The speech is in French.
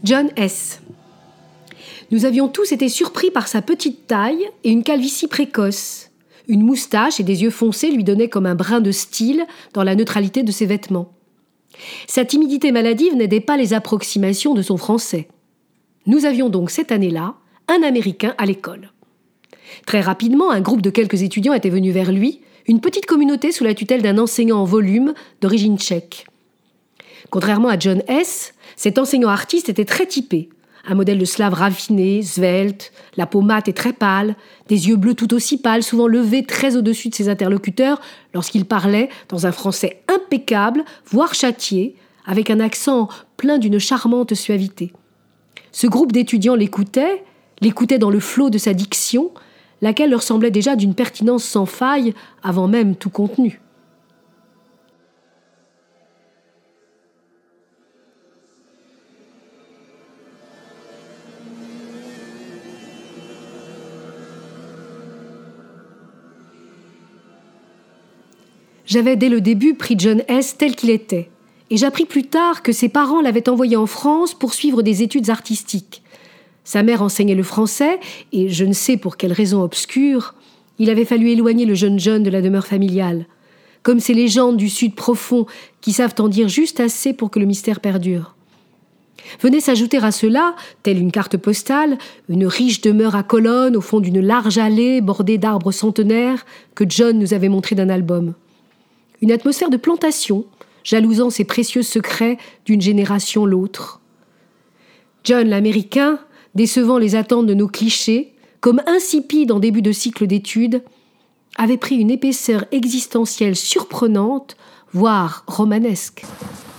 John S. Nous avions tous été surpris par sa petite taille et une calvitie précoce. Une moustache et des yeux foncés lui donnaient comme un brin de style dans la neutralité de ses vêtements. Sa timidité maladive n'aidait pas les approximations de son français. Nous avions donc cette année-là un Américain à l'école. Très rapidement, un groupe de quelques étudiants était venu vers lui, une petite communauté sous la tutelle d'un enseignant en volume d'origine tchèque. Contrairement à John S., cet enseignant artiste était très typé. Un modèle de slave raffiné, svelte, la peau mate et très pâle, des yeux bleus tout aussi pâles, souvent levés très au-dessus de ses interlocuteurs lorsqu'il parlait dans un français impeccable, voire châtié, avec un accent plein d'une charmante suavité. Ce groupe d'étudiants l'écoutait dans le flot de sa diction, laquelle leur semblait déjà d'une pertinence sans faille avant même tout contenu. J'avais dès le début pris John S. tel qu'il était, et j'appris plus tard que ses parents l'avaient envoyé en France pour suivre des études artistiques. Sa mère enseignait le français, et je ne sais pour quelle raison obscure, il avait fallu éloigner le jeune John de la demeure familiale, comme ces légendes du Sud profond qui savent en dire juste assez pour que le mystère perdure. Venait s'ajouter à cela, telle une carte postale, une riche demeure à colonnes au fond d'une large allée bordée d'arbres centenaires que John nous avait montré d'un album. Une atmosphère de plantation, jalousant ses précieux secrets d'une génération l'autre. John l'Américain, décevant les attentes de nos clichés, comme insipide en début de cycle d'études, avait pris une épaisseur existentielle surprenante, voire romanesque.